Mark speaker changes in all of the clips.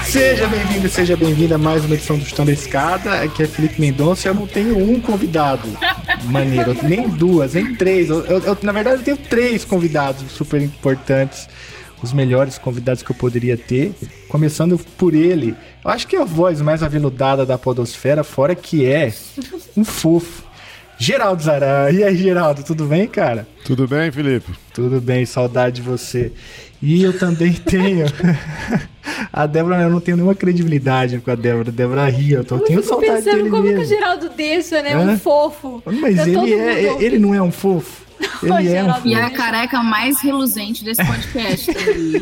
Speaker 1: Seja bem-vindo, seja bem-vinda a mais uma edição do Chutando a Escada. Aqui é Felipe Mendonça. Eu não tenho um convidado maneiro, nem duas, nem três. Na verdade, eu tenho 3 convidados super importantes. Os melhores convidados que eu poderia ter. Começando por ele. Eu acho que é a voz mais aveludada da podosfera, fora que é um fofo. Geraldo Zaran. E aí, Geraldo, tudo bem, cara?
Speaker 2: Tudo bem, Felipe?
Speaker 1: Tudo bem, saudade de você. E eu também tenho... A Débora, eu não tenho nenhuma credibilidade com a Débora. A Débora ria, eu tenho saudade dele mesmo.
Speaker 3: Como que o Geraldo deixa, né? Um fofo.
Speaker 1: Mas ele não é um fofo? Ele é um fofo.
Speaker 4: E é a careca mais reluzente desse podcast.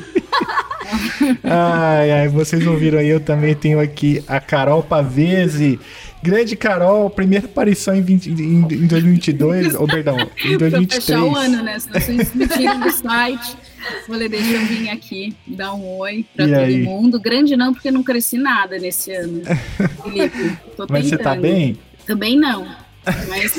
Speaker 1: Ai, vocês ouviram aí, eu também tenho aqui a Carol Pavese. Grande Carol, primeira aparição em 2022, ou perdão, em 2023.
Speaker 4: Pra fechar o ano, né? Se vocês me tiram do site, falei, deixa eu vir aqui, dar um oi pra todo mundo. Grande não, porque não cresci nada nesse ano. Felipe, tô tentando.
Speaker 1: Mas você tá bem?
Speaker 4: Também não, mas...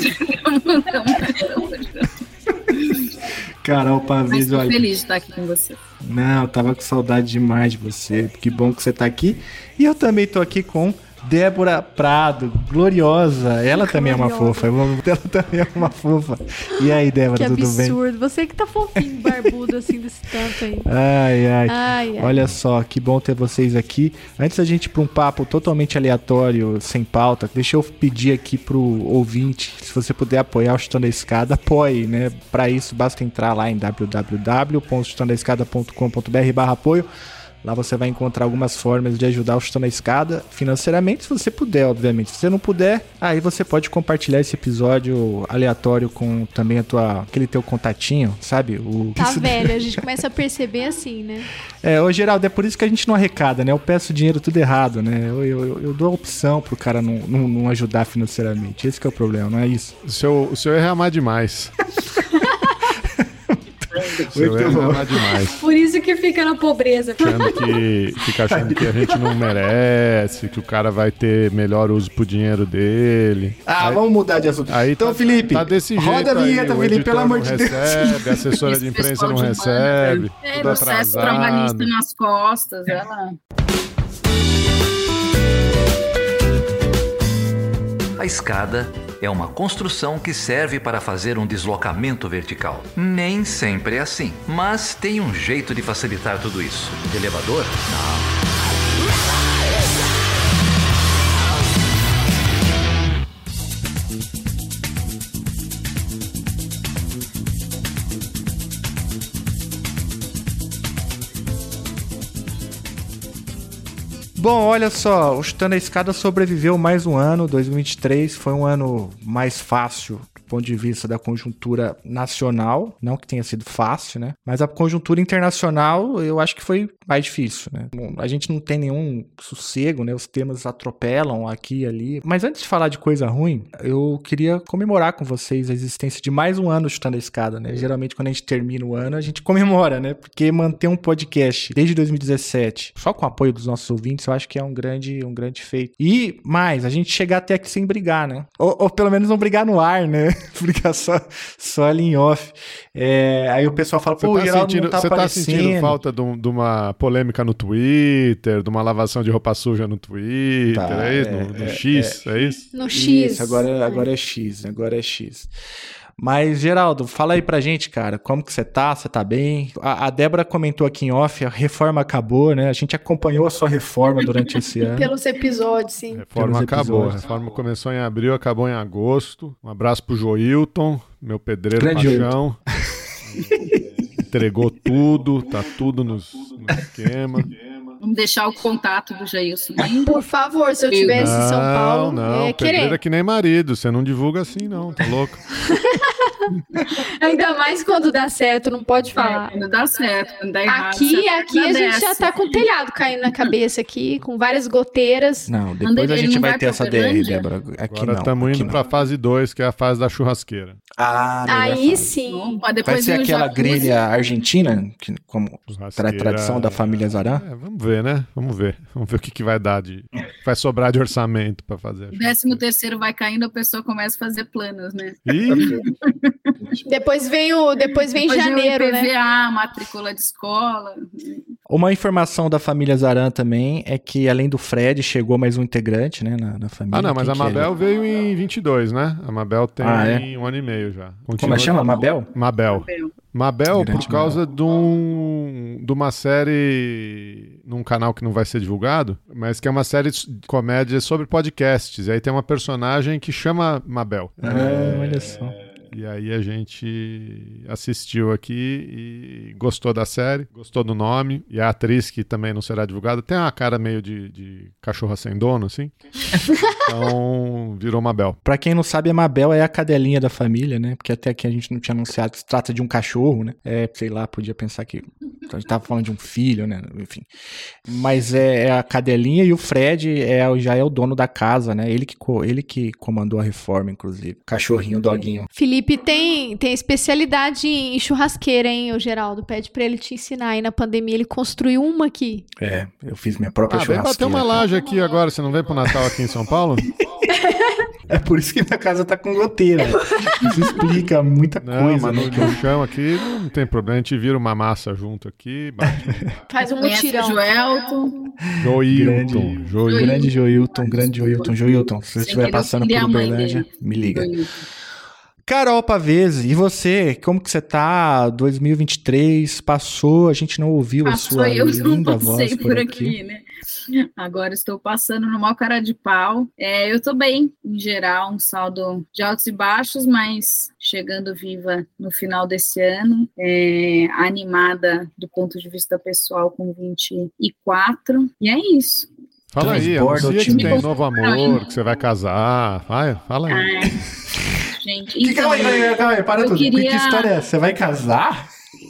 Speaker 1: Carol Pavese,
Speaker 4: olha... feliz de estar aqui com você.
Speaker 1: Não, eu tava com saudade demais de você. Que bom que você tá aqui. E eu também tô aqui com Débora Prado, gloriosa. Ela também é uma fofa. Ela também é uma fofa. E aí, Débora, tudo bem?
Speaker 3: Que absurdo. Você que tá fofinho, barbudo, assim, desse tanto aí.
Speaker 1: Ai. Olha só, que bom ter vocês aqui. Antes da gente ir pra um papo totalmente aleatório, sem pauta, deixa eu pedir aqui pro ouvinte, se você puder apoiar o Chutando a Escada, apoie, né? Pra isso, basta entrar lá em www.chutandoaescada.com.br/apoio. Lá você vai encontrar algumas formas de ajudar o Chutando a Escada financeiramente, se você puder, obviamente. Se você não puder, aí você pode compartilhar esse episódio aleatório com também aquele teu contatinho, sabe?
Speaker 3: Tá velho, a gente começa a perceber assim, né?
Speaker 1: Ô Geraldo, é por isso que a gente não arrecada, né? Eu peço dinheiro tudo errado, né? Eu dou a opção pro cara não ajudar financeiramente. Esse que é o problema, não é isso?
Speaker 2: O senhor é amar demais. Demais.
Speaker 3: Por isso que fica na pobreza.
Speaker 2: Fica achando que a gente não merece, que o cara vai ter melhor uso pro dinheiro dele.
Speaker 1: Vamos mudar de assunto. Então, Felipe,
Speaker 2: tá desse jeito,
Speaker 1: roda a vinheta, Felipe, pelo amor de Deus.
Speaker 2: A assessora de imprensa não recebe.
Speaker 4: Processo trabalhista nas costas, ela...
Speaker 5: A escada é uma construção que serve para fazer um deslocamento vertical. Nem sempre é assim, mas tem um jeito de facilitar tudo isso. De elevador? Não.
Speaker 1: Bom, olha só, o Chutando a Escada sobreviveu mais um ano, 2023, foi um ano mais fácil do ponto de vista da conjuntura nacional, não que tenha sido fácil, né? Mas a conjuntura internacional eu acho que foi mais difícil, né? A gente não tem nenhum sossego, né? Os temas atropelam aqui e ali. Mas antes de falar de coisa ruim, eu queria comemorar com vocês a existência de mais um ano Chutando a Escada, né? Geralmente quando a gente termina o ano, a gente comemora, né? Porque manter um podcast desde 2017, só com o apoio dos nossos ouvintes, eu acho que é um grande feito. E mais, a gente chegar até aqui sem brigar, né? Ou pelo menos não brigar no ar, né? Brigar só ali em off. Aí o pessoal fala, pô, o Geraldo não tá aparecendo.
Speaker 2: Você tá sentindo falta de uma polêmica no Twitter, de uma lavação de roupa suja no Twitter, é isso? No X, é isso?
Speaker 3: No X.
Speaker 1: Isso, agora é X, agora é X. Mas, Geraldo, fala aí pra gente, cara, como que você tá? Você tá bem? A Débora comentou aqui em off, a reforma acabou, né? A gente acompanhou a sua reforma durante esse ano.
Speaker 3: Pelos episódios, sim.
Speaker 2: A reforma acabou. A reforma começou em abril, acabou em agosto. Um abraço pro Joilton, meu pedreiro paixão. Entregou tudo, tá tudo no esquema.
Speaker 4: Vamos deixar o contato do Jailson.
Speaker 3: Por favor, se eu tivesse em São Paulo,
Speaker 2: não, pedreiro é que nem marido, você não divulga assim não, tá louco?
Speaker 3: Ainda mais quando dá certo, não pode falar.
Speaker 4: Quando dá certo, quando dá errado.
Speaker 3: Aqui a gente já tá com o telhado caindo na cabeça aqui, com várias goteiras.
Speaker 1: Não, depois a gente vai ter essa DR, Débora. Aqui
Speaker 2: agora estamos indo pra fase 2, que é a fase da churrasqueira.
Speaker 3: Aí sim.
Speaker 1: Vai ser aquela grelha argentina, como tradição da família Zaran?
Speaker 2: Vamos ver, né? Vamos ver o que vai dar vai sobrar de orçamento pra fazer.
Speaker 4: O 13º vai caindo, a pessoa começa a fazer planos, né?
Speaker 3: Depois vem janeiro,
Speaker 4: vem o IPVA,
Speaker 3: né?
Speaker 4: matrícula de escola.
Speaker 1: Uma informação da família Zaran também é que, além do Fred, chegou mais um integrante, né, na família.
Speaker 2: Ah, não, mas a Mabel veio em 22, né? A Mabel tem 1 ano e meio já.
Speaker 1: Como chama? Mabel?
Speaker 2: Mabel, por causa de uma série num canal que não vai ser divulgado, mas que é uma série de comédia sobre podcasts. E aí tem uma personagem que chama Mabel.
Speaker 1: Olha só.
Speaker 2: E aí a gente assistiu aqui e gostou da série, gostou do nome. E a atriz, que também não será divulgada, tem uma cara meio de cachorra sem dono, assim. Então, virou Mabel.
Speaker 1: Pra quem não sabe, a Mabel é a cadelinha da família, né? Porque até aqui a gente não tinha anunciado que se trata de um cachorro, né? Sei lá, podia pensar que a gente tava falando de um filho, né? Enfim. Mas é a cadelinha, e o Fred já é o dono da casa, né? Ele que comandou a reforma, inclusive. Cachorrinho, doguinho.
Speaker 3: Felipe tem especialidade em churrasqueira, hein, o Geraldo? Pede pra ele te ensinar. Aí na pandemia ele construiu uma aqui.
Speaker 1: Eu fiz minha própria churrasqueira.
Speaker 2: Vem bater uma laje aqui agora, você não vem pro Natal aqui em São Paulo?
Speaker 1: É por isso que minha casa tá com goteira. Isso explica muita coisa.
Speaker 2: Mas no chão aqui não tem problema, a gente vira uma massa junto aqui, bate.
Speaker 3: Faz um mutirão.
Speaker 1: Grande Joilton. Se você estiver passando por Uberlândia, me liga. Carol Pavese, e você? Como que você tá? 2023 passou, a gente não ouviu a sua linda voz por aqui,
Speaker 4: né? Agora estou passando no maior cara de pau. Eu tô bem, em geral, um saldo de altos e baixos, mas chegando viva no final desse ano, animada do ponto de vista pessoal com 24, e é isso.
Speaker 2: Fala aí, anuncia que tem novo amor, que você vai casar, fala aí.
Speaker 4: Gente,
Speaker 1: então, calma aí, para tudo. Que história é essa? Você vai casar?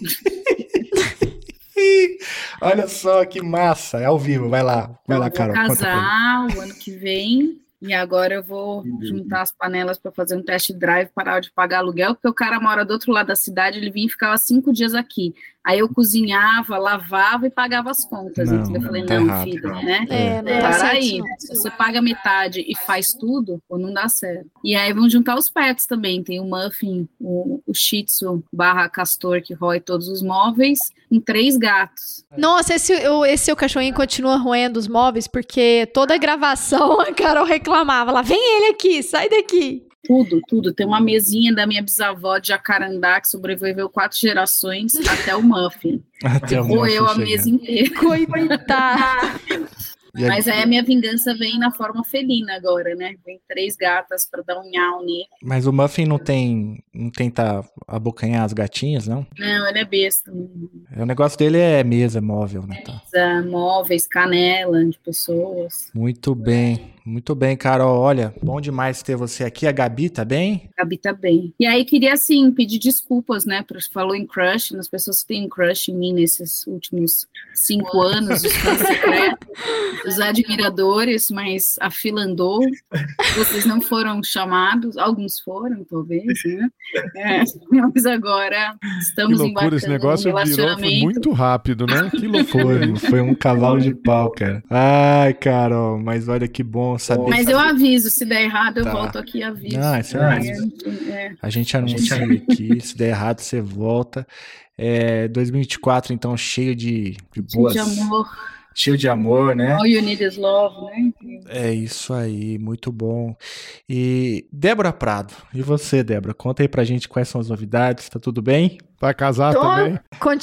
Speaker 1: Olha só que massa, é ao vivo, vai lá, Carol.
Speaker 4: Vou casar o ano que vem, e agora eu vou juntar as panelas para fazer um test drive, parar de pagar aluguel, porque o cara mora do outro lado da cidade, ele vinha e ficava 5 dias aqui. Aí eu cozinhava, lavava e pagava as contas. Então eu falei, não, filho, né? Para aí. Se você paga metade e faz tudo, ou não dá certo. E aí vamos juntar os pets também. Tem o Muffin, o Shih Tzu / Castor, que rói todos os móveis, e 3 gatos.
Speaker 3: Nossa, esse seu cachorrinho continua roendo os móveis, porque toda gravação a Carol reclamava. Lá, vem ele aqui, sai daqui.
Speaker 4: Tudo. Tem uma mesinha da minha bisavó de Jacarandá que sobreviveu 4 gerações até o Muffin. Roeu a mesa inteira.
Speaker 3: Coitada.
Speaker 4: Mas aí a minha vingança vem na forma felina agora, né? Vem 3 gatas pra dar um nhau nele.
Speaker 1: Mas o Muffin não tenta abocanhar as gatinhas, não?
Speaker 4: Não, ele é besta.
Speaker 1: O negócio dele é mesa móvel, né?
Speaker 4: Mesa, móveis, canela de pessoas.
Speaker 1: Muito bem, Carol. Olha, bom demais ter você aqui. A Gabi tá bem?
Speaker 4: Gabi tá bem. E aí queria, assim, pedir desculpas, né? Falou em crush, nas pessoas que têm crush em mim nesses últimos 5 anos, os fãs secretos, os admiradores, mas a fila andou. Vocês não foram chamados, alguns foram, talvez, né? Mas agora estamos embarcando
Speaker 2: esse negócio virou, foi muito rápido, né? Que loucura.
Speaker 1: Foi um cavalo de pau, cara. Ai, Carol, mas olha que bom saber.
Speaker 4: Mas eu aviso, se der errado, eu volto aqui e aviso.
Speaker 1: Não, isso a gente anuncia aqui, se der errado, você volta. 2024, então, cheio de boas... Cheio de amor, né?
Speaker 4: All you need is love, né?
Speaker 1: É isso aí, muito bom. E Débora Prado, e você, Débora? Conta aí pra gente quais são as novidades, tá tudo bem?
Speaker 2: Vai casar também?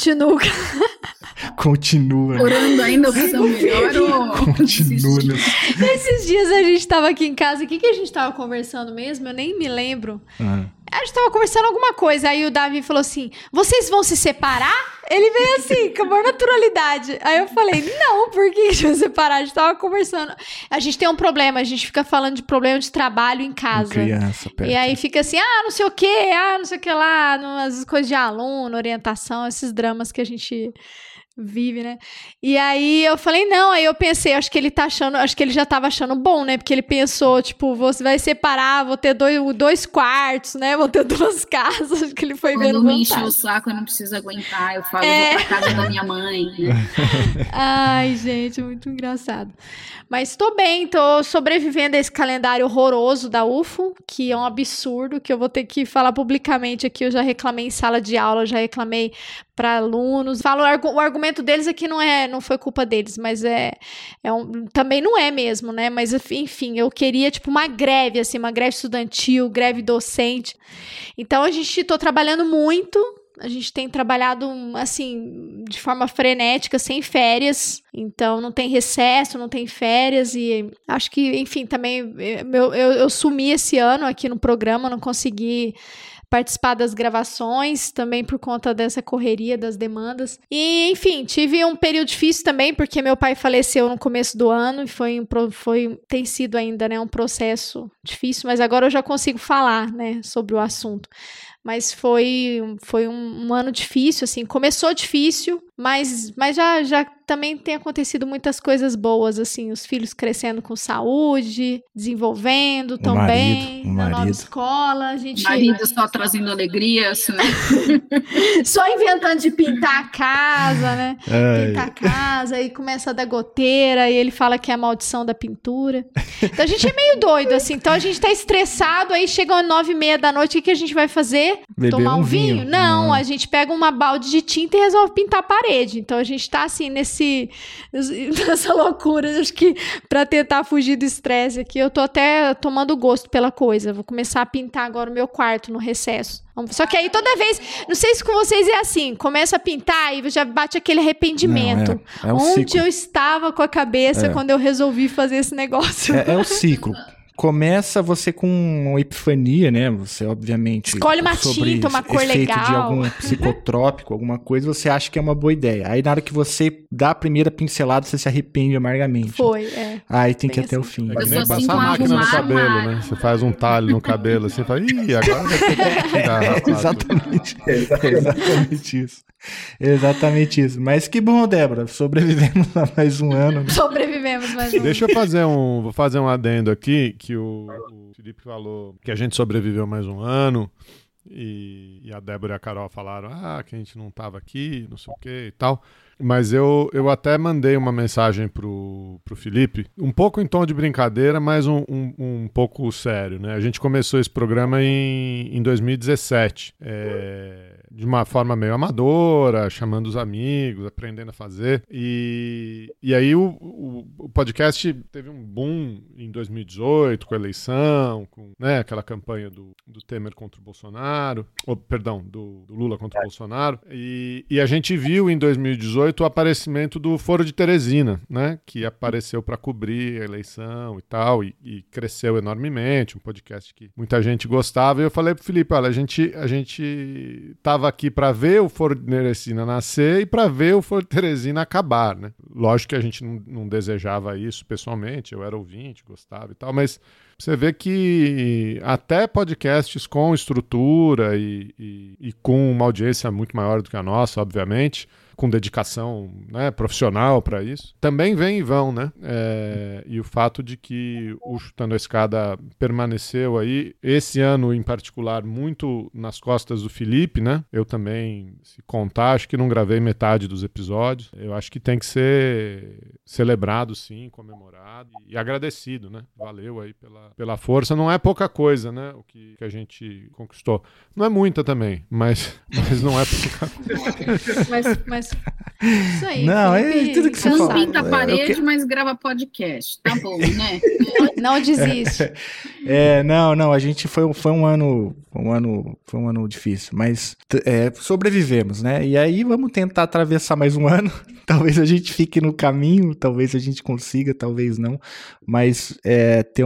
Speaker 3: Continua.
Speaker 4: Orando ainda opção melhor ou...
Speaker 1: Continua.
Speaker 3: Esses dias a gente tava aqui em casa, o que a gente tava conversando mesmo? Eu nem me lembro. A gente tava conversando alguma coisa, aí o Davi falou assim, vocês vão se separar? Ele veio assim, com a maior naturalidade. Aí eu falei, não, por que a gente vai separar? A gente tava conversando. A gente tem um problema, a gente fica falando de problema de trabalho em casa.
Speaker 1: Criança, perto.
Speaker 3: E aí fica assim, não sei o que, não sei o que lá, as coisas de aluno, orientação, esses dramas que a gente... vive, né? E aí eu falei, não, aí eu pensei, acho que ele já tava achando bom, né? Porque ele pensou, tipo, você vai separar, vou ter 2 quartos, né? Vou ter 2 casas, acho que ele foi vendo
Speaker 4: vantagem. Quando me enche o saco, eu não preciso aguentar, eu falo, eu vou pra casa da minha mãe, né?
Speaker 3: Ai, gente, muito engraçado. Mas tô bem, tô sobrevivendo a esse calendário horroroso da UFO, que é um absurdo, que eu vou ter que falar publicamente aqui, eu já reclamei em sala de aula, já reclamei para alunos, falo o argumento argumento deles é que não foi culpa deles, mas também não é mesmo, né? Mas, enfim, eu queria, tipo, uma greve, assim, uma greve estudantil, greve docente. Então, tô trabalhando muito. A gente tem trabalhado, assim, de forma frenética, sem férias. Então, não tem recesso, não tem férias. E acho que, enfim, também eu sumi esse ano aqui no programa, não consegui participar das gravações, também por conta dessa correria das demandas. E, enfim, tive um período difícil também, porque meu pai faleceu no começo do ano e tem sido ainda, né, um processo difícil, mas agora eu já consigo falar, né, sobre o assunto. Mas foi um ano difícil, assim, começou difícil, mas já também tem acontecido muitas coisas boas, assim, os filhos crescendo com saúde, desenvolvendo também, na nova escola.
Speaker 4: Marido só trazendo alegria, assim, né?
Speaker 3: Só inventando de pintar a casa, né? Pintar a casa, e começa a dar goteira, e ele fala que é a maldição da pintura. Então a gente é meio doido, assim, então a gente tá estressado, aí chegam 9h30 da noite, o que a gente vai fazer?
Speaker 1: Beber
Speaker 3: Tomar um vinho? Não, a gente pega uma balde de tinta e resolve pintar a parede. Então a gente tá assim nessa loucura, acho que pra tentar fugir do estresse aqui, eu tô até tomando gosto pela coisa. Vou começar a pintar agora o meu quarto no recesso. Só que aí toda vez, não sei se com vocês é assim, começa a pintar e já bate aquele arrependimento.
Speaker 1: Não,
Speaker 3: onde
Speaker 1: ciclo.
Speaker 3: Eu estava com a cabeça quando eu resolvi fazer esse negócio.
Speaker 1: É o ciclo. Começa você com uma epifania, né? Você, obviamente...
Speaker 3: Escolhe uma tinta, uma cor
Speaker 1: efeito
Speaker 3: legal.
Speaker 1: de algum psicotrópico, alguma coisa, você acha que é uma boa ideia. Aí, na hora que você dá a primeira pincelada, você se arrepende amargamente. Aí tem que ir até o fim.
Speaker 2: É que nem passar a máquina no cabelo, né? Você faz um talho no cabelo, assim, fala, ih, agora vai ter que tirar, rapaz.
Speaker 1: Exatamente isso. Exatamente isso. Mas que bom, Débora. Sobrevivemos a mais um ano. Né?
Speaker 3: Sobrevivemos mais um ano.
Speaker 2: Deixa eu vou fazer um adendo aqui, que o Felipe falou que a gente sobreviveu mais um ano, e a Débora e a Carol falaram que a gente não estava aqui, não sei o que e tal. Mas eu até mandei uma mensagem pro Felipe, um pouco em tom de brincadeira, mas um pouco sério, né? A gente começou esse programa em 2017, de uma forma meio amadora, chamando os amigos, aprendendo a fazer. E aí o podcast teve um boom em 2018, com a eleição, com, né, aquela campanha do Temer contra o Bolsonaro, do Lula contra o Bolsonaro. E a gente viu em 2018 o aparecimento do Foro de Teresina, né, que apareceu para cobrir a eleição e tal, e cresceu enormemente, um podcast que muita gente gostava. E eu falei pro Felipe, olha, a gente tava aqui para ver o Foro de Teresina nascer e para ver o Foro de Teresina acabar, né? Lógico que a gente não desejava isso pessoalmente, eu era ouvinte, gostava e tal, mas você vê que até podcasts com estrutura e com uma audiência muito maior do que a nossa, obviamente, com dedicação, né, profissional para isso, também vêm e vão, né? E o fato de que o Chutando a Escada permaneceu aí, esse ano em particular, muito nas costas do Felipe, né? Eu também, se contar, acho que não gravei metade dos episódios. Eu acho que tem que ser celebrado, sim, comemorado e agradecido, né? Valeu aí pela força. Não é pouca coisa, né? O que a gente conquistou. Não é muita também, mas não é pouca coisa.
Speaker 3: Mas isso aí.
Speaker 1: Não, é tudo que você
Speaker 4: não
Speaker 1: fala.
Speaker 4: Não pinta a parede, mas grava podcast. Tá bom, né?
Speaker 3: Não desiste.
Speaker 1: Não, a gente foi um ano difícil, mas sobrevivemos, né? E aí vamos tentar atravessar mais um ano. Talvez a gente fique no caminho, talvez a gente consiga, talvez não. Mas ter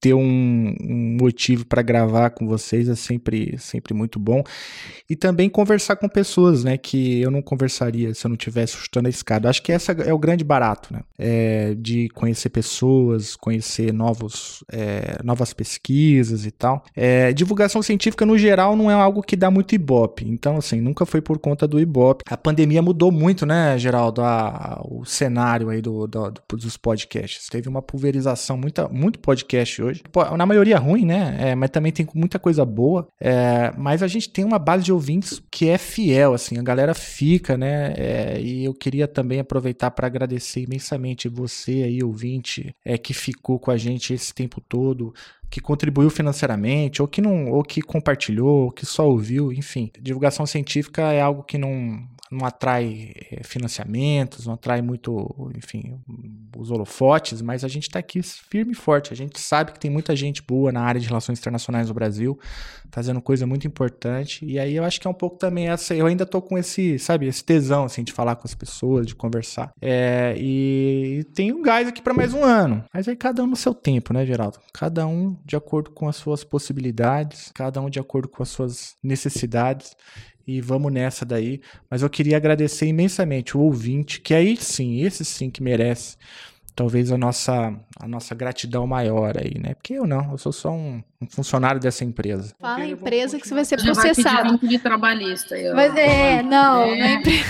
Speaker 1: um motivo para gravar com vocês é sempre muito bom. E também conversar com pessoas, né? Que eu não conversaria se eu não tivesse Chutando a Escada. Acho que esse é o grande barato, né? De conhecer pessoas, conhecer novas pesquisas e tal. Divulgação científica, no geral, não é algo que dá muito ibope. Então, assim, nunca foi por conta do ibope. A pandemia mudou muito, né, Geraldo? O cenário aí dos podcasts. Teve uma pulverização, muito podcast hoje. Na maioria ruim, né? Mas também tem muita coisa boa. Mas a gente tem uma base de ouvintes que é fiel, assim. A galera fica, né? E eu queria também aproveitar para agradecer imensamente você aí, ouvinte, que ficou com a gente esse tempo todo, que contribuiu financeiramente, ou que compartilhou, ou que só ouviu, enfim. Divulgação científica é algo que não não atrai financiamentos, não atrai muito, enfim, os holofotes, mas a gente está aqui firme e forte. A gente sabe que tem muita gente boa na área de relações internacionais no Brasil, fazendo coisa muito importante. E aí eu acho que é um pouco também essa. Eu ainda tô com esse tesão, assim, de falar com as pessoas, de conversar. E tem um gás aqui para mais um ano. Mas aí cada um no seu tempo, né, Geraldo? Cada um de acordo com as suas possibilidades, cada um de acordo com as suas necessidades. E vamos nessa daí. Mas eu queria agradecer imensamente o ouvinte, que aí sim, esse sim que merece talvez a nossa gratidão maior aí, né? Porque eu sou só um funcionário dessa empresa.
Speaker 3: Fala empresa que você vai ser
Speaker 4: Já vai pedir
Speaker 3: processado.
Speaker 4: vínculo de trabalhista. Aí, ó.
Speaker 3: Mas não é empresa.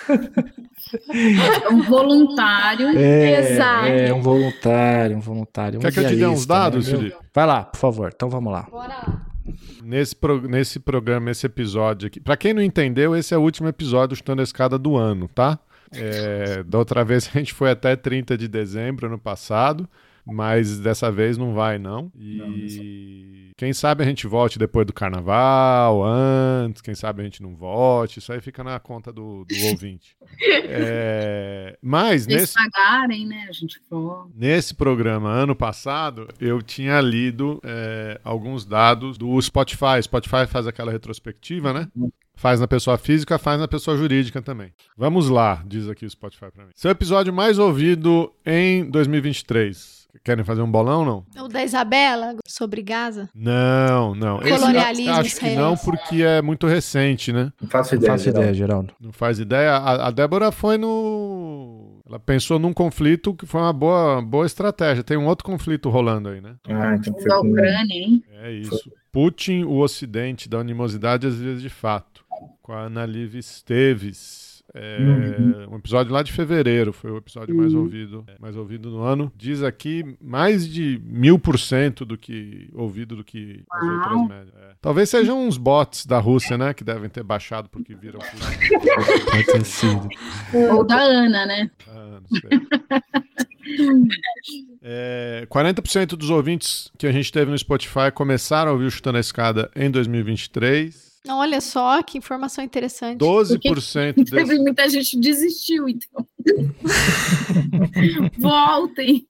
Speaker 4: É um voluntário.
Speaker 3: Exato.
Speaker 1: É um voluntário.
Speaker 2: Quer que eu te dê uns dados,
Speaker 1: né,
Speaker 2: Felipe?
Speaker 1: Vai lá, por favor. Então vamos lá.
Speaker 3: Bora lá.
Speaker 2: Nesse programa, esse episódio aqui. Pra quem não entendeu, esse é o último episódio do Chutando a Escada do ano, tá? Da outra vez a gente foi até 30 de dezembro, ano passado, mas dessa vez não vai, não. E quem sabe a gente volte depois do carnaval, antes, quem sabe a gente não volte, isso aí fica na conta do ouvinte. Mas
Speaker 4: Se eles pagarem, né, a gente for.
Speaker 2: Nesse programa, ano passado, eu tinha lido alguns dados do Spotify. Spotify faz aquela retrospectiva, né? Faz na pessoa física, faz na pessoa jurídica também. Vamos lá, diz aqui o Spotify pra mim. Seu episódio mais ouvido em 2023. Querem fazer um bolão, não?
Speaker 3: O da Isabela, sobre Gaza?
Speaker 2: Não.
Speaker 3: Colonialismo
Speaker 2: Acho que não, porque é muito recente, né?
Speaker 1: Não faço ideia, Geraldo.
Speaker 2: Não faz ideia. A Débora foi no... Ela pensou num conflito que foi uma boa estratégia. Tem um outro conflito rolando aí, né?
Speaker 1: Então foi
Speaker 4: Da Ucrânia, hein?
Speaker 2: É isso. Putin, o Ocidente, da animosidade às vezes de fato. Com a Ana Liv Esteves. Um episódio lá de fevereiro. Foi o episódio mais ouvido no ano. Diz aqui mais de 1000% do que ouvido do que as outras médias. Talvez sejam uns bots da Rússia, né? Que devem ter baixado porque viram Putin.
Speaker 1: Pode ter sido.
Speaker 4: Ou da Ana, né?
Speaker 2: Não sei. 40% dos ouvintes que a gente teve no Spotify começaram a ouvir o Chutando a Escada em 2023.
Speaker 3: Olha só, que informação interessante.
Speaker 2: 12%
Speaker 4: Teve muita gente que desistiu, então. Voltem.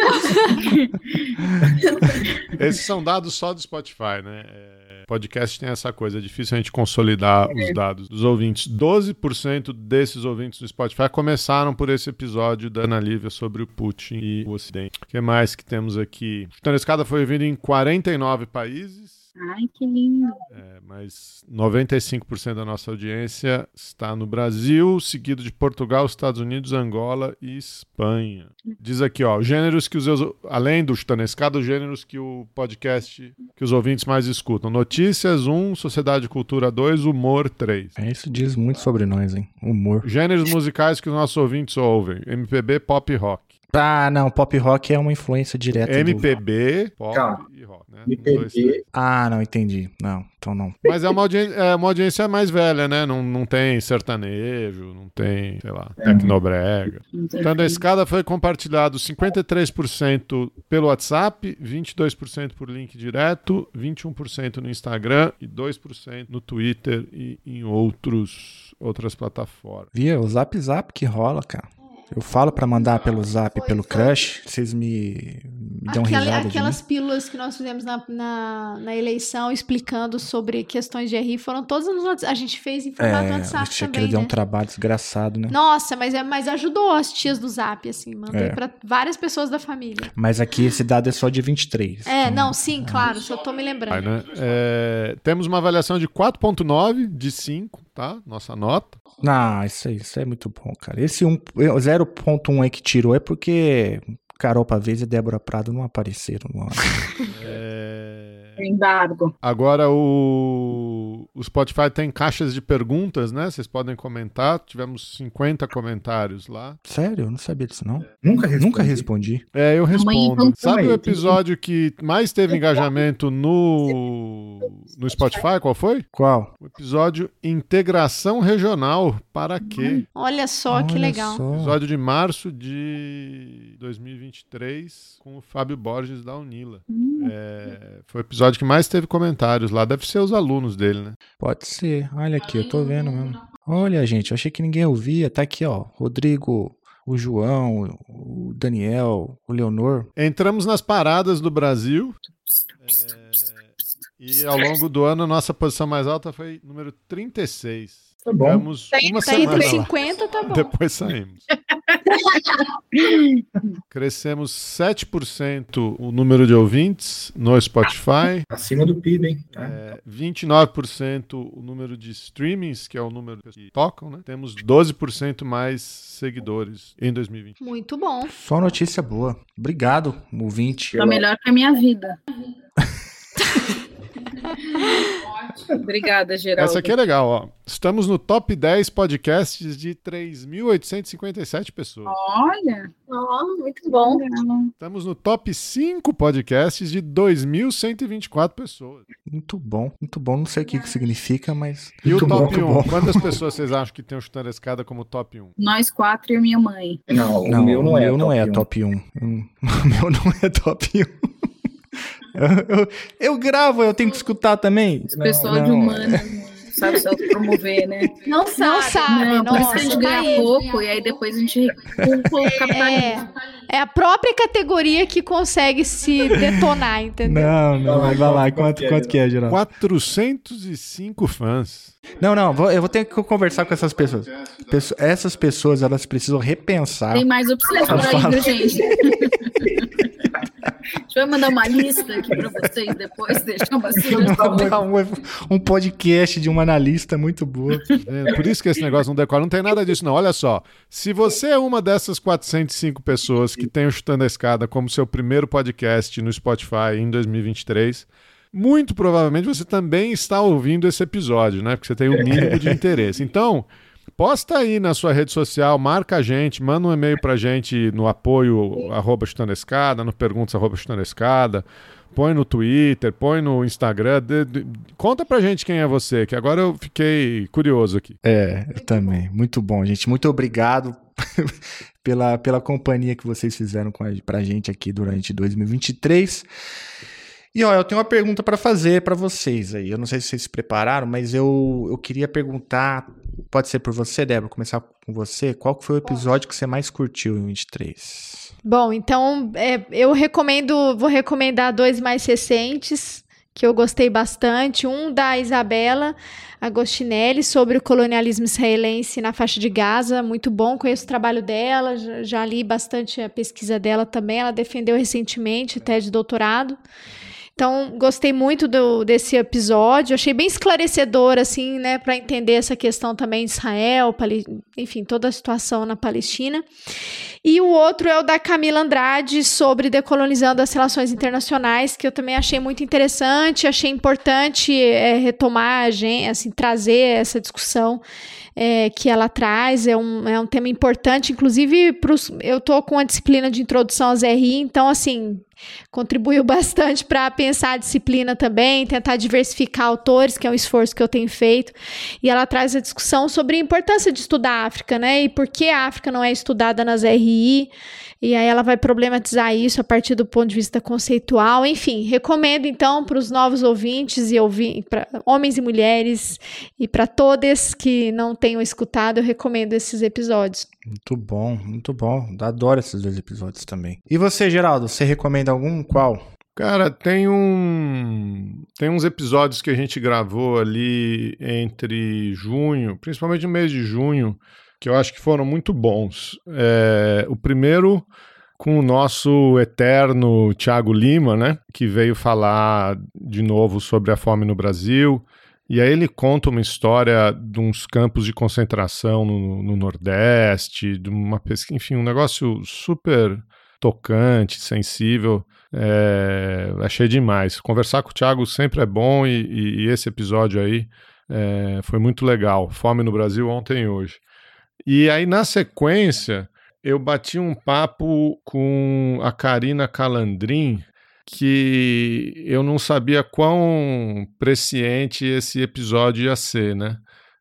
Speaker 2: Esses são dados só do Spotify, né? Podcast tem essa coisa, é difícil a gente consolidar os dados dos ouvintes. 12% desses ouvintes do Spotify começaram por esse episódio da Ana Lívia sobre o Putin e o Ocidente. O que mais que temos aqui? Chutando a Escada foi ouvido em 49 países.
Speaker 4: Ai, que lindo.
Speaker 2: Mas 95% da nossa audiência está no Brasil, seguido de Portugal, Estados Unidos, Angola e Espanha. Diz aqui, ó, gêneros que além do Chutando a Escada, os gêneros que o podcast, que os ouvintes mais escutam. Notícias 1, Sociedade e Cultura 2, Humor 3.
Speaker 1: Isso diz muito sobre nós, hein? Humor.
Speaker 2: Gêneros musicais que os nossos ouvintes ouvem. MPB, Pop e Rock.
Speaker 1: Não, pop rock é uma influência direta
Speaker 2: MPB, pop e rock, né?
Speaker 1: MPB. Não, entendi. Não, então não.
Speaker 2: Mas é uma audiência mais velha, né? Não tem sertanejo, não tem, sei lá, tecnobrega. Então, a Escada foi compartilhado 53% pelo WhatsApp, 22% por link direto, 21% no Instagram e 2% no Twitter e em outras plataformas.
Speaker 1: Via o Zap que rola, cara. Eu falo pra mandar pelo Zap, pelo Crush, vocês me dão risada.
Speaker 3: Aquelas pílulas que nós fizemos na eleição explicando sobre questões de RI foram todas nos WhatsApp. A gente fez em formato WhatsApp
Speaker 1: também,
Speaker 3: também,
Speaker 1: deu um trabalho desgraçado, né?
Speaker 3: Nossa, mas ajudou as tias do Zap, assim. Mandei pra várias pessoas da família.
Speaker 1: Mas aqui esse dado é só de 23.
Speaker 3: Então... não, sim, claro, só tô me lembrando.
Speaker 2: Né? Temos uma avaliação de 4.9 de 5, tá? Nossa nota.
Speaker 1: Isso é muito bom, cara. Esse 0.1 aí que tirou é porque Carol Pavês e Débora Prado não apareceram no ano.
Speaker 4: Embargo.
Speaker 2: Agora o Spotify tem caixas de perguntas, né? Vocês podem comentar. Tivemos 50 comentários lá.
Speaker 1: Sério? Eu não sabia disso, não.
Speaker 6: Nunca respondi.
Speaker 2: Eu respondo. Sabe o episódio que mais teve engajamento no Spotify? Qual foi?
Speaker 1: Qual?
Speaker 2: O episódio Integração Regional. Para quê?
Speaker 3: Olha só, que legal.
Speaker 2: Episódio de março de 2023 com o Fábio Borges da Unila. Foi o episódio que mais teve comentários lá. Deve ser os alunos dele, né?
Speaker 1: Pode ser. Olha aqui, eu tô vendo mesmo. Olha, gente, eu achei que ninguém ouvia. Tá aqui, ó. Rodrigo, o João, o Daniel, o Leonor.
Speaker 2: Entramos nas paradas do Brasil. E ao longo do ano, a nossa posição mais alta foi número 36.
Speaker 6: Tá bom.
Speaker 2: Ficamos uma
Speaker 3: Tá
Speaker 2: semana
Speaker 3: entre
Speaker 2: lá.
Speaker 3: 50, tá bom.
Speaker 2: Depois saímos. Crescemos 7% o número de ouvintes no Spotify.
Speaker 6: Acima do PIB, hein?
Speaker 2: 29% o número de streamings, que é o número que tocam, né? Temos 12% mais seguidores em 2020.
Speaker 3: Muito bom.
Speaker 1: Só notícia boa. Obrigado, ouvinte.
Speaker 4: Tá melhor que a minha vida. Obrigada, Geraldo.
Speaker 2: Essa aqui é legal, ó. Estamos no top 10 podcasts de 3.857 pessoas.
Speaker 4: Olha,
Speaker 3: Muito bom.
Speaker 2: Estamos no top 5 podcasts de 2.124 pessoas.
Speaker 1: Muito bom, muito bom. Não sei o que significa, mas...
Speaker 2: E o
Speaker 6: Muito bom,
Speaker 2: top
Speaker 6: muito
Speaker 2: 1?
Speaker 6: bom.
Speaker 2: Quantas pessoas vocês acham que tem o Chutando a Escada como top 1?
Speaker 4: nós 4 e a minha mãe.
Speaker 6: Não,
Speaker 1: Não,
Speaker 6: o meu não é
Speaker 1: top 1. O meu não é top 1. Eu gravo, eu tenho que escutar também.
Speaker 4: Esse pessoal de humanas sabe se promover, né?
Speaker 3: Não sabe.
Speaker 4: Não, por isso que a
Speaker 3: Nossa,
Speaker 4: gente ganha
Speaker 3: tá
Speaker 4: pouco e aí depois a gente culpa o capitalismo.
Speaker 3: É a própria categoria que consegue se detonar, entendeu?
Speaker 1: Não, vai lá. Quanto que é, Geraldo?
Speaker 2: 405 fãs.
Speaker 1: Não, eu vou ter que conversar com essas pessoas. Essas pessoas, elas precisam repensar.
Speaker 4: Tem mais opções por aí, viu, gente? A gente vai mandar uma lista aqui pra vocês depois, deixar uma sugestão.
Speaker 1: Um podcast de uma analista muito boa.
Speaker 2: Por isso que esse negócio não decora. Não tem nada disso, não. Olha só. Se você é uma dessas 405 pessoas que tem o Chutando a Escada como seu primeiro podcast no Spotify em 2023, muito provavelmente você também está ouvindo esse episódio, né? Porque você tem o mínimo de interesse. Então, posta aí na sua rede social, marca a gente, manda um e-mail pra gente no apoio @chutandoescada, no perguntas @chutandoescada, põe no Twitter, põe no Instagram, conta pra gente quem é você, que agora eu fiquei curioso aqui.
Speaker 1: Eu também. Muito bom, gente. Muito obrigado pela companhia que vocês fizeram pra gente aqui durante 2023. E ó, eu tenho uma pergunta para fazer para vocês aí. Eu não sei se vocês se prepararam, mas eu queria perguntar, pode ser por você, Débora, começar com você. Qual que foi o episódio que você mais curtiu em 23?
Speaker 3: Bom, então vou recomendar 2 mais recentes que eu gostei bastante. Um da Isabela Agostinelli sobre o colonialismo israelense na faixa de Gaza, muito bom, conheço o trabalho dela, já li bastante a pesquisa dela também, ela defendeu recentemente tese de doutorado. Então, gostei muito desse episódio, achei bem esclarecedor, assim, né, para entender essa questão também de Israel, enfim, toda a situação na Palestina. E o outro é o da Camila Andrade, sobre decolonizando as relações internacionais, que eu também achei muito interessante, achei importante retomar, assim, trazer essa discussão que ela traz, é um tema importante, inclusive eu estou com a disciplina de introdução às RI, então, assim, contribuiu bastante para pensar a disciplina também, tentar diversificar autores, que é um esforço que eu tenho feito, e ela traz a discussão sobre a importância de estudar a África, né, e por que a África não é estudada nas RI, e aí ela vai problematizar isso a partir do ponto de vista conceitual. Enfim, recomendo então para os novos ouvintes para homens e mulheres e para todos que não tenham escutado, eu recomendo esses episódios.
Speaker 1: Muito bom, muito bom. Adoro esses 2 episódios também. E você, Geraldo, você recomenda algum? Qual?
Speaker 2: Cara, tem uns episódios que a gente gravou ali entre junho, principalmente no mês de junho, que eu acho que foram muito bons. O primeiro com o nosso eterno Thiago Lima, né, que veio falar de novo sobre a fome no Brasil, e aí ele conta uma história de uns campos de concentração no Nordeste, de uma pesquisa, enfim, um negócio super tocante, sensível. Achei demais. Conversar com o Thiago sempre é bom, e esse episódio aí foi muito legal. Fome no Brasil ontem e hoje. E aí, na sequência, eu bati um papo com a Karina Calandrin, que eu não sabia quão presciente esse episódio ia ser, né?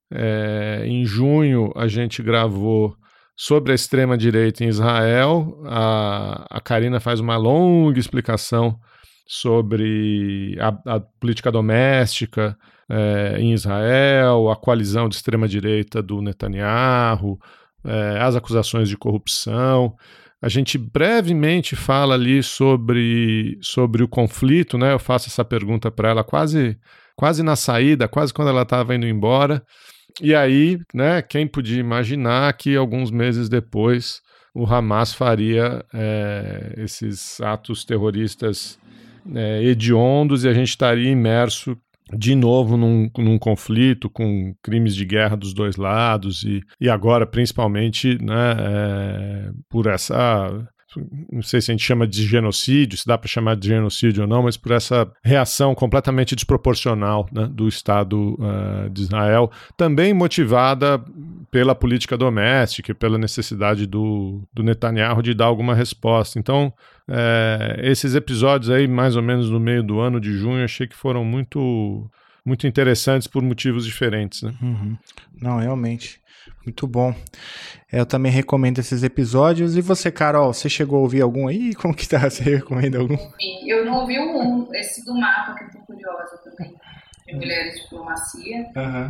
Speaker 2: Em junho, a gente gravou sobre a extrema-direita em Israel. A Karina faz uma longa explicação sobre a política doméstica, em Israel, a coalizão de extrema-direita do Netanyahu, as acusações de corrupção. A gente brevemente fala ali sobre o conflito, né? Eu faço essa pergunta para ela quase na saída, quase quando ela estava indo embora. E aí, né, quem podia imaginar que alguns meses depois o Hamas faria esses atos terroristas hediondos e a gente estaria imerso de novo num conflito com crimes de guerra dos dois lados e agora principalmente, né, por essa, não sei se a gente chama de genocídio, se dá para chamar de genocídio ou não, mas por essa reação completamente desproporcional, né, do Estado de Israel, também motivada pela política doméstica e pela necessidade do Netanyahu de dar alguma resposta. Então, esses episódios aí, mais ou menos no meio do ano de junho, achei que foram muito, muito interessantes por motivos diferentes, né?
Speaker 1: Uhum. Não, realmente. Muito bom. Eu também recomendo esses episódios. E você, Carol, você chegou a ouvir algum aí? Como que tá? Você recomenda algum?
Speaker 4: Eu não ouvi esse do mapa, que eu tô curiosa também. De Mulheres de Diplomacia.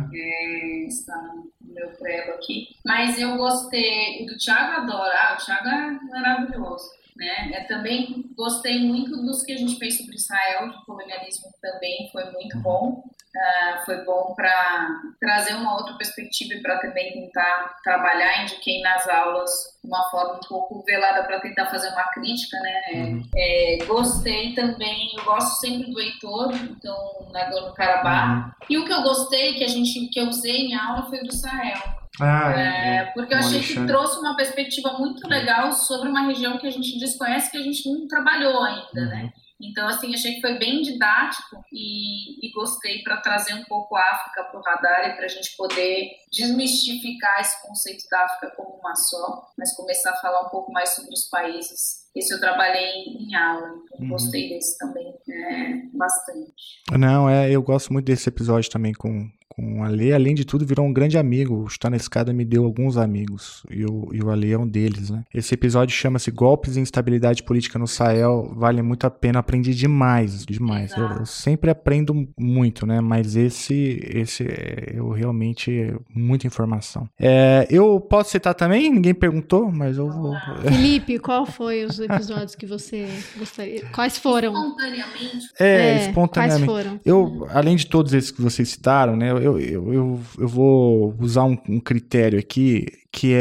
Speaker 4: Está no meu prego aqui. Mas eu gostei. O do Thiago adora. O Thiago é maravilhoso. Né? Eu também gostei muito dos que a gente fez sobre Israel, de colonialismo também foi muito bom. Foi bom para trazer uma outra perspectiva e para também tentar trabalhar. Indiquei nas aulas uma forma um pouco velada para tentar fazer uma crítica, né? Gostei também, eu gosto sempre do Heitor, então Nagorno-Karabakh. E o que eu gostei, que eu usei em aula, foi o do Israel. Porque eu achei que trouxe uma perspectiva muito legal sobre uma região que a gente desconhece, que a gente não trabalhou ainda, né? Então, assim, achei que foi bem didático e gostei para trazer um pouco a África para o radar e para a gente poder desmistificar esse conceito da África como uma só, mas começar a falar um pouco mais sobre os países. Esse eu trabalhei em aula, então gostei desse também bastante.
Speaker 1: Não, eu gosto muito desse episódio também com a Lê. Além de tudo, virou um grande amigo. O Está na Escada me deu alguns amigos e o Ale é um deles, né? Esse episódio chama-se Golpes e Instabilidade Política no Sahel. Vale muito a pena, aprendi demais. Eu sempre aprendo muito, né? Mas esse eu realmente, muita informação. Eu posso citar também? Ninguém perguntou, mas eu vou...
Speaker 3: Felipe, qual foi os episódios que você gostaria? Quais foram?
Speaker 4: Espontaneamente.
Speaker 1: Espontaneamente.
Speaker 3: Quais foram?
Speaker 1: Eu, além de todos esses que vocês citaram, né? Eu vou usar um critério aqui, que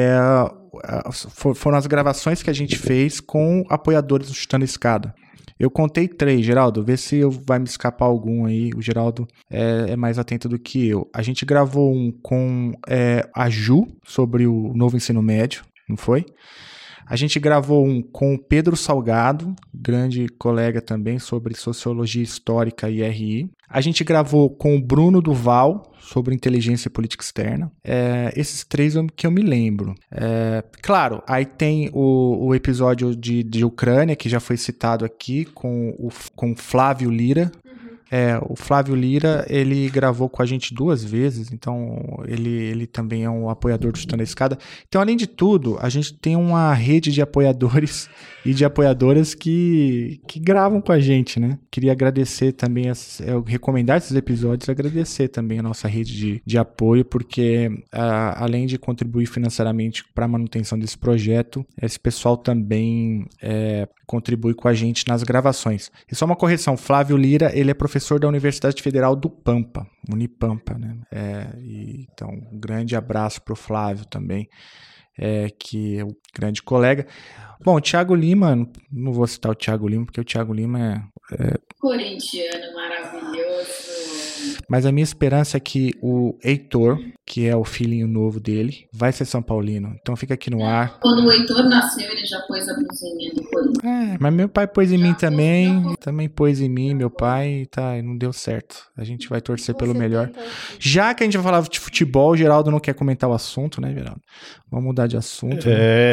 Speaker 1: foram as gravações que a gente fez com apoiadores do Chutando a Escada. Eu contei 3, Geraldo, vê se vai me escapar algum aí. O Geraldo é mais atento do que eu. A gente gravou um com a Ju, sobre o novo ensino médio, não foi? A gente gravou um com o Pedro Salgado, grande colega também, sobre sociologia histórica e RI. A gente gravou com o Bruno Duval, sobre inteligência e política externa. Esses 3 que eu me lembro. Claro, aí tem o episódio de Ucrânia, que já foi citado aqui, com o Flávio Lira. O Flávio Lira, ele gravou com a gente 2 vezes, então ele também é um apoiador do Chutando a Escada. Então, além de tudo, a gente tem uma rede de apoiadores e de apoiadoras que gravam com a gente, né? Queria agradecer também, recomendar esses episódios, agradecer também a nossa rede de apoio, porque além de contribuir financeiramente para a manutenção desse projeto, esse pessoal também contribui com a gente nas gravações. E só uma correção, Flávio Lira, ele é professor da Universidade Federal do Pampa, Unipampa, né? Então, um grande abraço para o Flávio também, que é um grande colega. Bom, o Thiago Lima, não vou citar o Thiago Lima, porque o Thiago Lima
Speaker 4: corintiano maravilhoso.
Speaker 1: Mas a minha esperança é que o Heitor, que é o filhinho novo dele, vai ser São Paulino. Então fica aqui no ar.
Speaker 4: Quando o Heitor nasceu, ele já pôs a blusinha do Corinthians.
Speaker 1: Mas meu pai pôs em mim também. Também pôs em mim, meu pai. Tá, não deu certo. A gente vai torcer pelo melhor. Já que a gente vai falar de futebol, o Geraldo não quer comentar o assunto, né, Geraldo? Vamos mudar de assunto.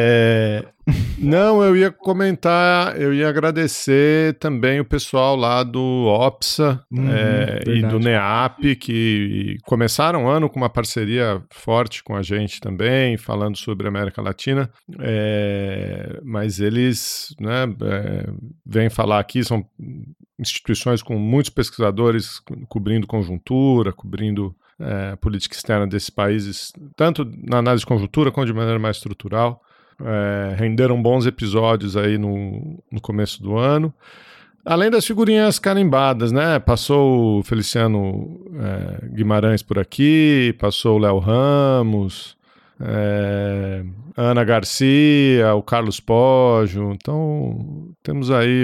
Speaker 2: Não, eu ia comentar, eu ia agradecer também o pessoal lá do OPSA e do NEAP, que começaram o ano com uma parceria forte com a gente também, falando sobre a América Latina, mas eles, né, vêm falar aqui, são instituições com muitos pesquisadores cobrindo conjuntura, cobrindo política externa desses países, tanto na análise de conjuntura quanto de maneira mais estrutural. Renderam bons episódios aí no começo do ano. Além das figurinhas carimbadas, né? Passou o Feliciano Guimarães por aqui, passou o Léo Ramos, Ana Garcia, o Carlos Poggio. Então, temos aí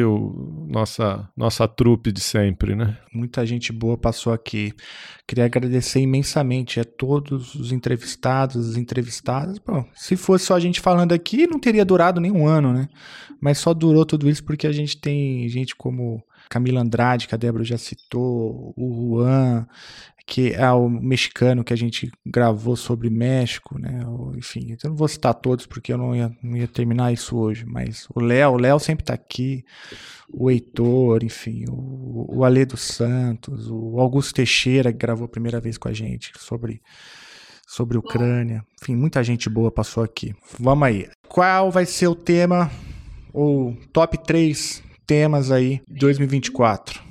Speaker 2: nossa trupe de sempre, né?
Speaker 1: Muita gente boa passou aqui. Queria agradecer imensamente a todos os entrevistados, as entrevistadas. Bom, se fosse só a gente falando aqui, não teria durado nem um ano, né? Mas só durou tudo isso porque a gente tem gente como Camila Andrade, que a Débora já citou, o Juan, que é o mexicano que a gente gravou sobre México, né? Enfim, eu não vou citar todos porque eu não ia terminar isso hoje, mas o Léo sempre tá aqui, o Heitor, enfim, o Ale dos Santos, o Augusto Teixeira, que gravou a primeira vez com a gente sobre Ucrânia. Enfim, muita gente boa passou aqui. Vamos aí. Qual vai ser o tema, ou top 3 temas aí de 2024?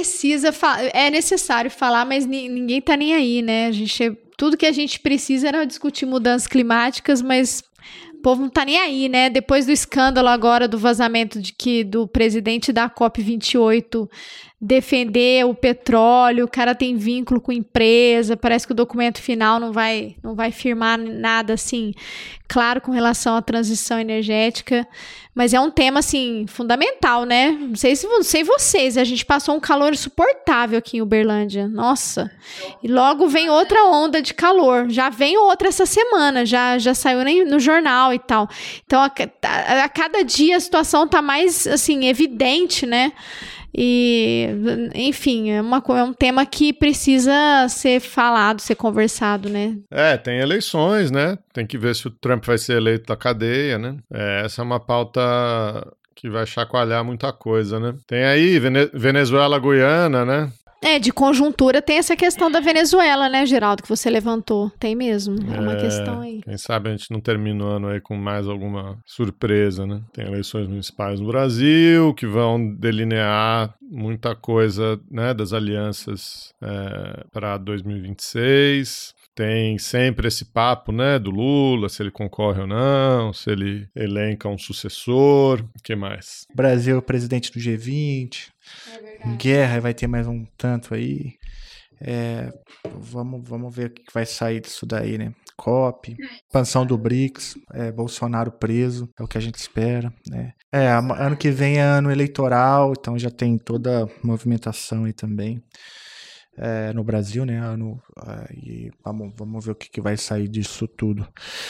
Speaker 3: É necessário falar, mas ninguém tá nem aí, né? Tudo que a gente precisa era discutir mudanças climáticas, mas o povo não tá nem aí, né? Depois do escândalo agora do vazamento do presidente da COP28 defender o petróleo, o cara tem vínculo com empresa, parece que o documento final não vai firmar nada assim, claro, com relação à transição energética, mas é um tema assim fundamental, né? Não sei vocês, a gente passou um calor insuportável aqui em Uberlândia, nossa, e logo vem outra onda de calor, já vem outra essa semana, já saiu no jornal e tal, então a cada dia a situação tá mais assim evidente, né? E, enfim, é um tema que precisa ser falado, ser conversado, né?
Speaker 2: Tem eleições, né? Tem que ver se o Trump vai ser eleito da cadeia, né? Essa é uma pauta que vai chacoalhar muita coisa, né? Tem aí Venezuela, Guiana, né?
Speaker 3: De conjuntura tem essa questão da Venezuela, né, Geraldo, que você levantou. Tem mesmo, é uma questão aí.
Speaker 2: Quem sabe a gente não termina o ano aí com mais alguma surpresa, né? Tem eleições municipais no Brasil que vão delinear muita coisa, né, das alianças para 2026. Tem sempre esse papo, né, do Lula, se ele concorre ou não, se ele elenca um sucessor, o que mais?
Speaker 1: Brasil é o presidente do G20. Guerra vai ter mais um tanto aí. Vamos ver o que vai sair disso daí, né? COP, expansão do BRICS, Bolsonaro preso, é o que a gente espera, né? Ano que vem é ano eleitoral, então já tem toda a movimentação aí também. No Brasil, né? E vamos ver o que vai sair disso tudo.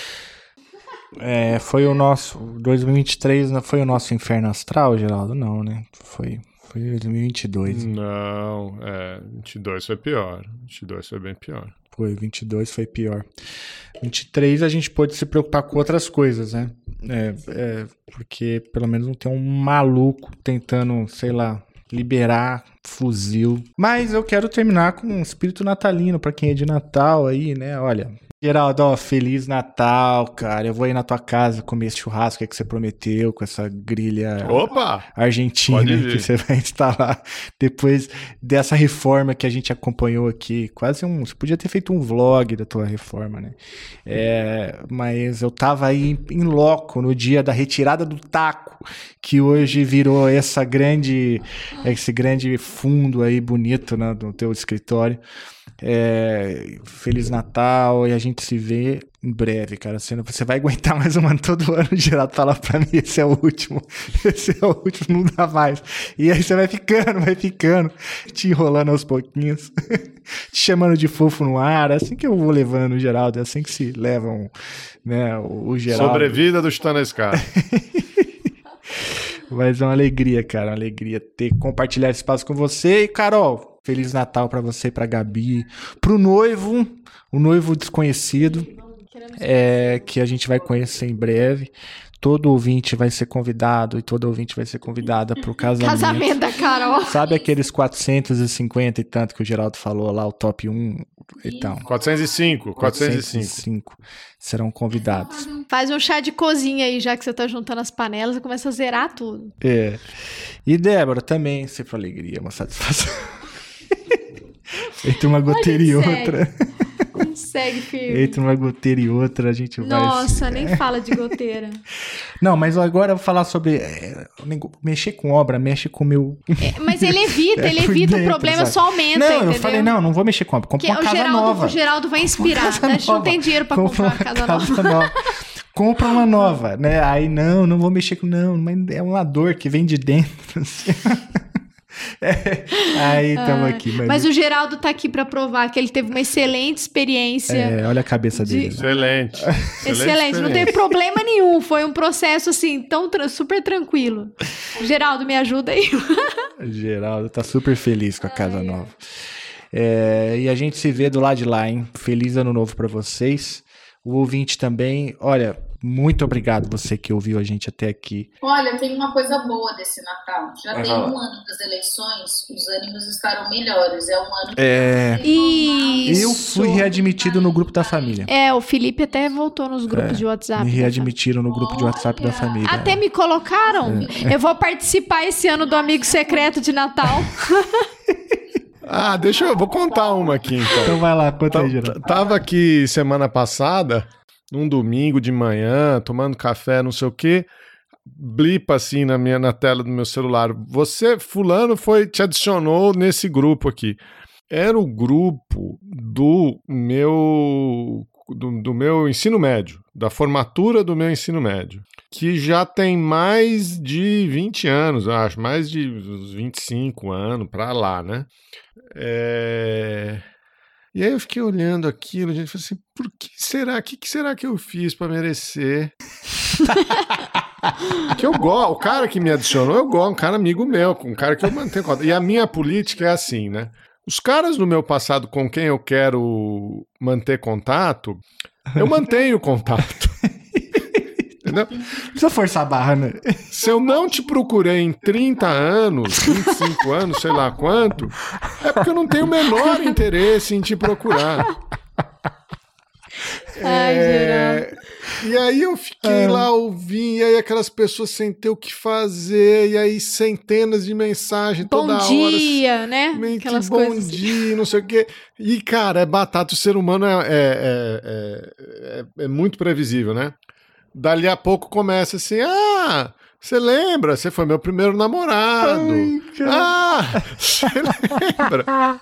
Speaker 1: Foi o nosso 2023, não foi o nosso inferno astral, Geraldo? Não, né? Foi 2022.
Speaker 2: Não, 22 foi pior. 22 foi bem pior.
Speaker 1: Foi, 22 foi pior. 23 a gente pôde se preocupar com outras coisas, né? Porque pelo menos não tem um maluco tentando, sei lá, liberar fuzil. Mas eu quero terminar com um espírito natalino, pra quem é de Natal aí, né? Olha, Geraldo, Feliz Natal, cara. Eu vou ir na tua casa comer esse churrasco que você prometeu, com essa grelha argentina que você vai instalar depois dessa reforma que a gente acompanhou aqui. Você podia ter feito um vlog da tua reforma, né? Mas eu tava aí em loco no dia da retirada do taco, que hoje virou esse grande fundo aí bonito, né, do teu escritório. Feliz Natal, e a gente se vê em breve, cara. Você vai aguentar mais um ano, todo ano, Geraldo fala pra mim, esse é o último, não dá mais. E aí você vai ficando, te enrolando aos pouquinhos, te chamando de fofo no ar, é assim que eu vou levando o Geraldo, é assim que se levam, né, o Geraldo.
Speaker 2: Sobrevida do Chutando a Escada.
Speaker 1: Mas é uma alegria, cara, compartilhar esse espaço com você. E, Carol, Feliz Natal pra você, pra Gabi, pro noivo, o noivo desconhecido. que a gente vai conhecer em breve. Todo ouvinte vai ser convidado e toda ouvinte vai ser convidada pro casamento.
Speaker 3: Casamento da Carol.
Speaker 1: Sabe aqueles 450 e tanto que o Geraldo falou lá, o top 1? Então,
Speaker 2: 405.
Speaker 1: 405 serão convidados.
Speaker 3: Faz um chá de cozinha aí, já que você tá juntando as panelas e começa a zerar tudo.
Speaker 1: E Débora, também, sempre uma alegria, uma satisfação. Entre uma goteira e outra.
Speaker 3: Segue firme.
Speaker 1: Entre uma goteira e outra, a gente vai...
Speaker 3: Nossa, nem fala de goteira.
Speaker 1: Não, mas agora eu vou falar sobre... mexer com obra, mexe com o meu...
Speaker 3: Mas ele evita, o problema
Speaker 1: sabe?
Speaker 3: só aumenta,
Speaker 1: não,
Speaker 3: entendeu?
Speaker 1: Eu falei, não vou mexer com obra, compra uma casa nova.
Speaker 3: O Geraldo vai inspirar, a gente não tem dinheiro pra comprar uma casa nova.
Speaker 1: Compra uma nova, né? Aí, não vou mexer com... Não, mas é uma dor que vem de dentro, assim. Aí estamos aqui.
Speaker 3: Mas o Geraldo tá aqui pra provar que ele teve uma excelente experiência.
Speaker 1: Olha a cabeça dele.
Speaker 3: Excelente, não teve problema nenhum. Foi um processo assim, super tranquilo. Geraldo, me ajuda aí.
Speaker 1: O Geraldo tá super feliz com a casa nova. E a gente se vê do lado de lá, hein? Feliz ano novo pra vocês. O ouvinte também. Olha, muito obrigado você que ouviu a gente até aqui.
Speaker 4: Olha, tem uma coisa boa desse Natal. Já tem um ano das eleições, os ânimos estarão melhores. É um ano que
Speaker 1: eu fui readmitido no grupo da família.
Speaker 3: O Felipe até voltou nos grupos de WhatsApp.
Speaker 1: Me readmitiram no grupo de WhatsApp da família.
Speaker 3: Até me colocaram. Eu vou participar esse ano do Amigo Secreto de Natal.
Speaker 2: Eu vou contar uma aqui, então.
Speaker 1: Então vai lá, conta aí, Geraldo.
Speaker 2: Tava aqui semana passada, num domingo de manhã, tomando café, não sei o quê, blipa assim na tela do meu celular. Você, fulano, te adicionou nesse grupo aqui. Era o grupo do meu ensino médio, da formatura do meu ensino médio, que já tem mais de 20 anos, eu acho, mais de uns 25 anos pra lá, né? E aí eu fiquei olhando aquilo, a gente falou assim, por que será? O que será que eu fiz pra merecer? Que eu gosto, o cara que me adicionou, eu gosto, um cara amigo meu, um cara que eu mantenho contato. E a minha política é assim, né? Os caras do meu passado com quem eu quero manter contato, eu mantenho contato. Entendeu?
Speaker 1: Não precisa forçar a barra, né?
Speaker 2: Se eu não te procurei em 30 anos, 25 anos, sei lá quanto, é porque eu não tenho o menor interesse em te procurar.
Speaker 3: Geraldo.
Speaker 2: E aí eu fiquei lá ouvindo, e aí aquelas pessoas sem ter o que fazer, e aí centenas de mensagens toda hora.
Speaker 3: Bom dia, né?
Speaker 2: Aquelas bom coisas dia, não sei o quê. E, cara, batata, o ser humano é muito previsível, né? Dali a pouco começa assim, você lembra? Você foi meu primeiro namorado. Você lembra?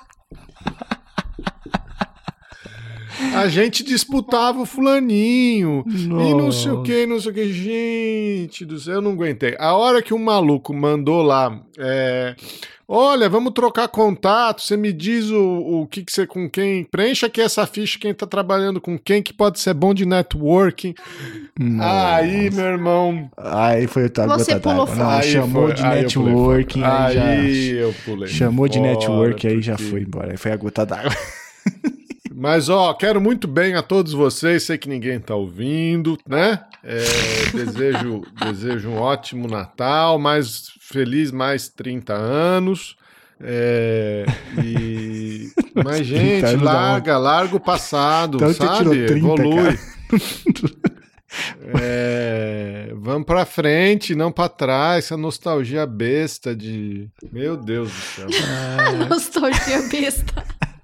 Speaker 2: A gente disputava o fulaninho. Nossa. E não sei o que, não sei o que. Gente do céu, eu não aguentei. A hora que um maluco mandou lá, olha, vamos trocar contato, você me diz o que você com quem, preencha aqui essa ficha, quem tá trabalhando com quem, que pode ser bom de networking. Nossa. Aí, meu irmão...
Speaker 1: Aí foi a
Speaker 3: Você pulou fora.
Speaker 1: Chamou de networking.
Speaker 2: Aí eu pulei.
Speaker 1: Chamou de networking, aí já foi embora. Aí foi a gota d'água.
Speaker 2: Mas, quero muito bem a todos vocês, sei que ninguém tá ouvindo, né? Desejo um ótimo Natal, mais 30 anos. Mas, gente, larga o passado, então, sabe? 30, evolui. Vamos pra frente, não pra trás. Essa nostalgia besta de... Meu Deus do céu.
Speaker 3: Nostalgia besta.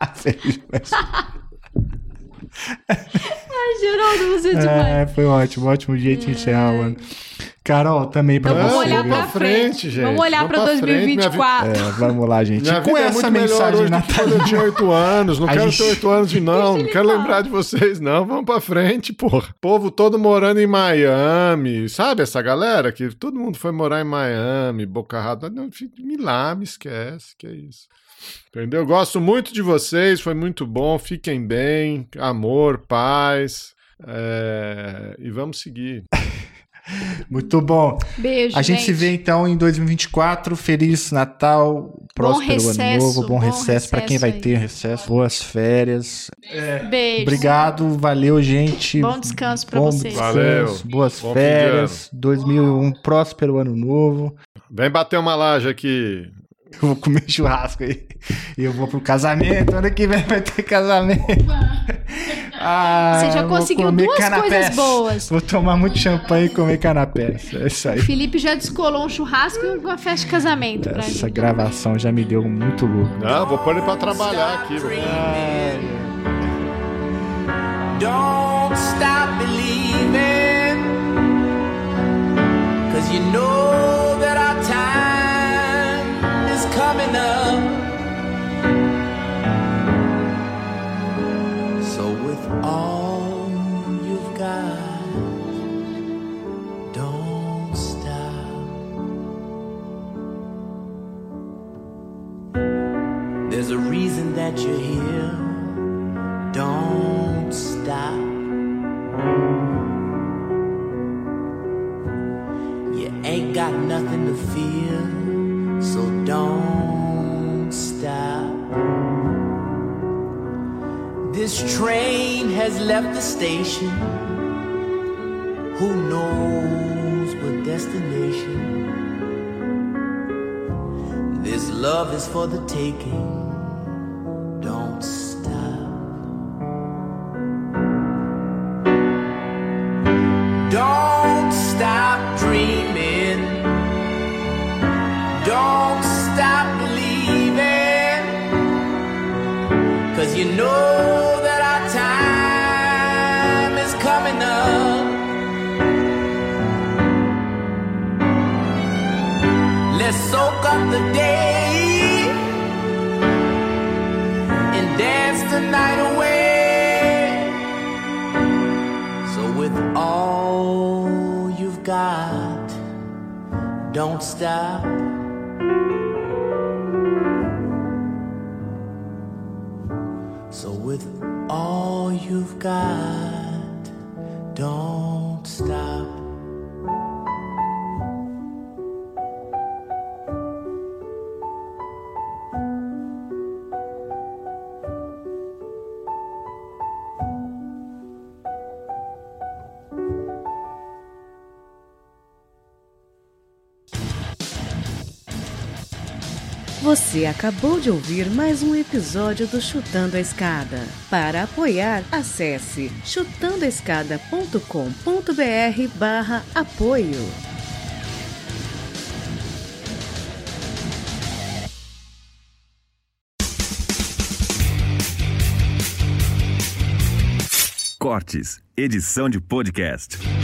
Speaker 3: Ai, Geraldo, você é demais.
Speaker 1: Foi ótimo jeito de encerrar o ano. Carol, também pra você.
Speaker 3: Vamos olhar pra frente, gente. Vamos olhar pra 2024.
Speaker 1: Vamos lá, gente.
Speaker 2: Minha vida é muito melhor hoje do que quando eu tinha 8 anos. Não quero ter 8 anos não quero lembrar de vocês, não. Vamos pra frente, porra. Povo todo morando em Miami. Sabe essa galera que todo mundo foi morar em Miami, Boca Raton. Não, me esquece, que é isso. Entendeu? Gosto muito de vocês, foi muito bom. Fiquem bem, amor, paz. E vamos seguir.
Speaker 1: Muito bom.
Speaker 3: Beijo,
Speaker 1: A gente se vê então em 2024. Feliz Natal, próspero ano novo, bom recesso para quem vai ter recesso. Boas férias.
Speaker 3: Beijo.
Speaker 1: Obrigado, valeu, gente.
Speaker 3: Bom descanso para vocês.
Speaker 2: Valeu.
Speaker 1: Boas férias. 2001, próspero ano novo.
Speaker 2: Vem bater uma laje aqui.
Speaker 1: Eu vou comer churrasco aí. E eu vou pro casamento. Ano que vem vai ter casamento.
Speaker 3: Você já conseguiu duas coisas boas.
Speaker 1: Vou tomar muito champanhe e comer canapés. É isso aí.
Speaker 3: O Felipe já descolou um churrasco e uma festa de casamento pra
Speaker 1: Essa
Speaker 3: gente.
Speaker 1: gravação já me deu muito louco.
Speaker 2: Não, vou pôr ele pra trabalhar aqui.
Speaker 7: Don't stop believing, 'cause you know that our time is coming up. So with all you've got, don't stop. There's a reason that you're here. Don't stop. You ain't got nothing to fear, so don't stop. This train has left the station. Who knows what destination? This love is for the taking. Don't stop. Don't stop dreaming. Don't stop believing. 'Cause you know that our time is coming up. Let's soak up the day and dance the night away. So with all you've got, don't stop. So with all you've got, don't stop.
Speaker 8: Você acabou de ouvir mais um episódio do Chutando a Escada. Para apoiar, acesse chutandoaescada.com.br/apoio.
Speaker 9: Cortes, edição de podcast.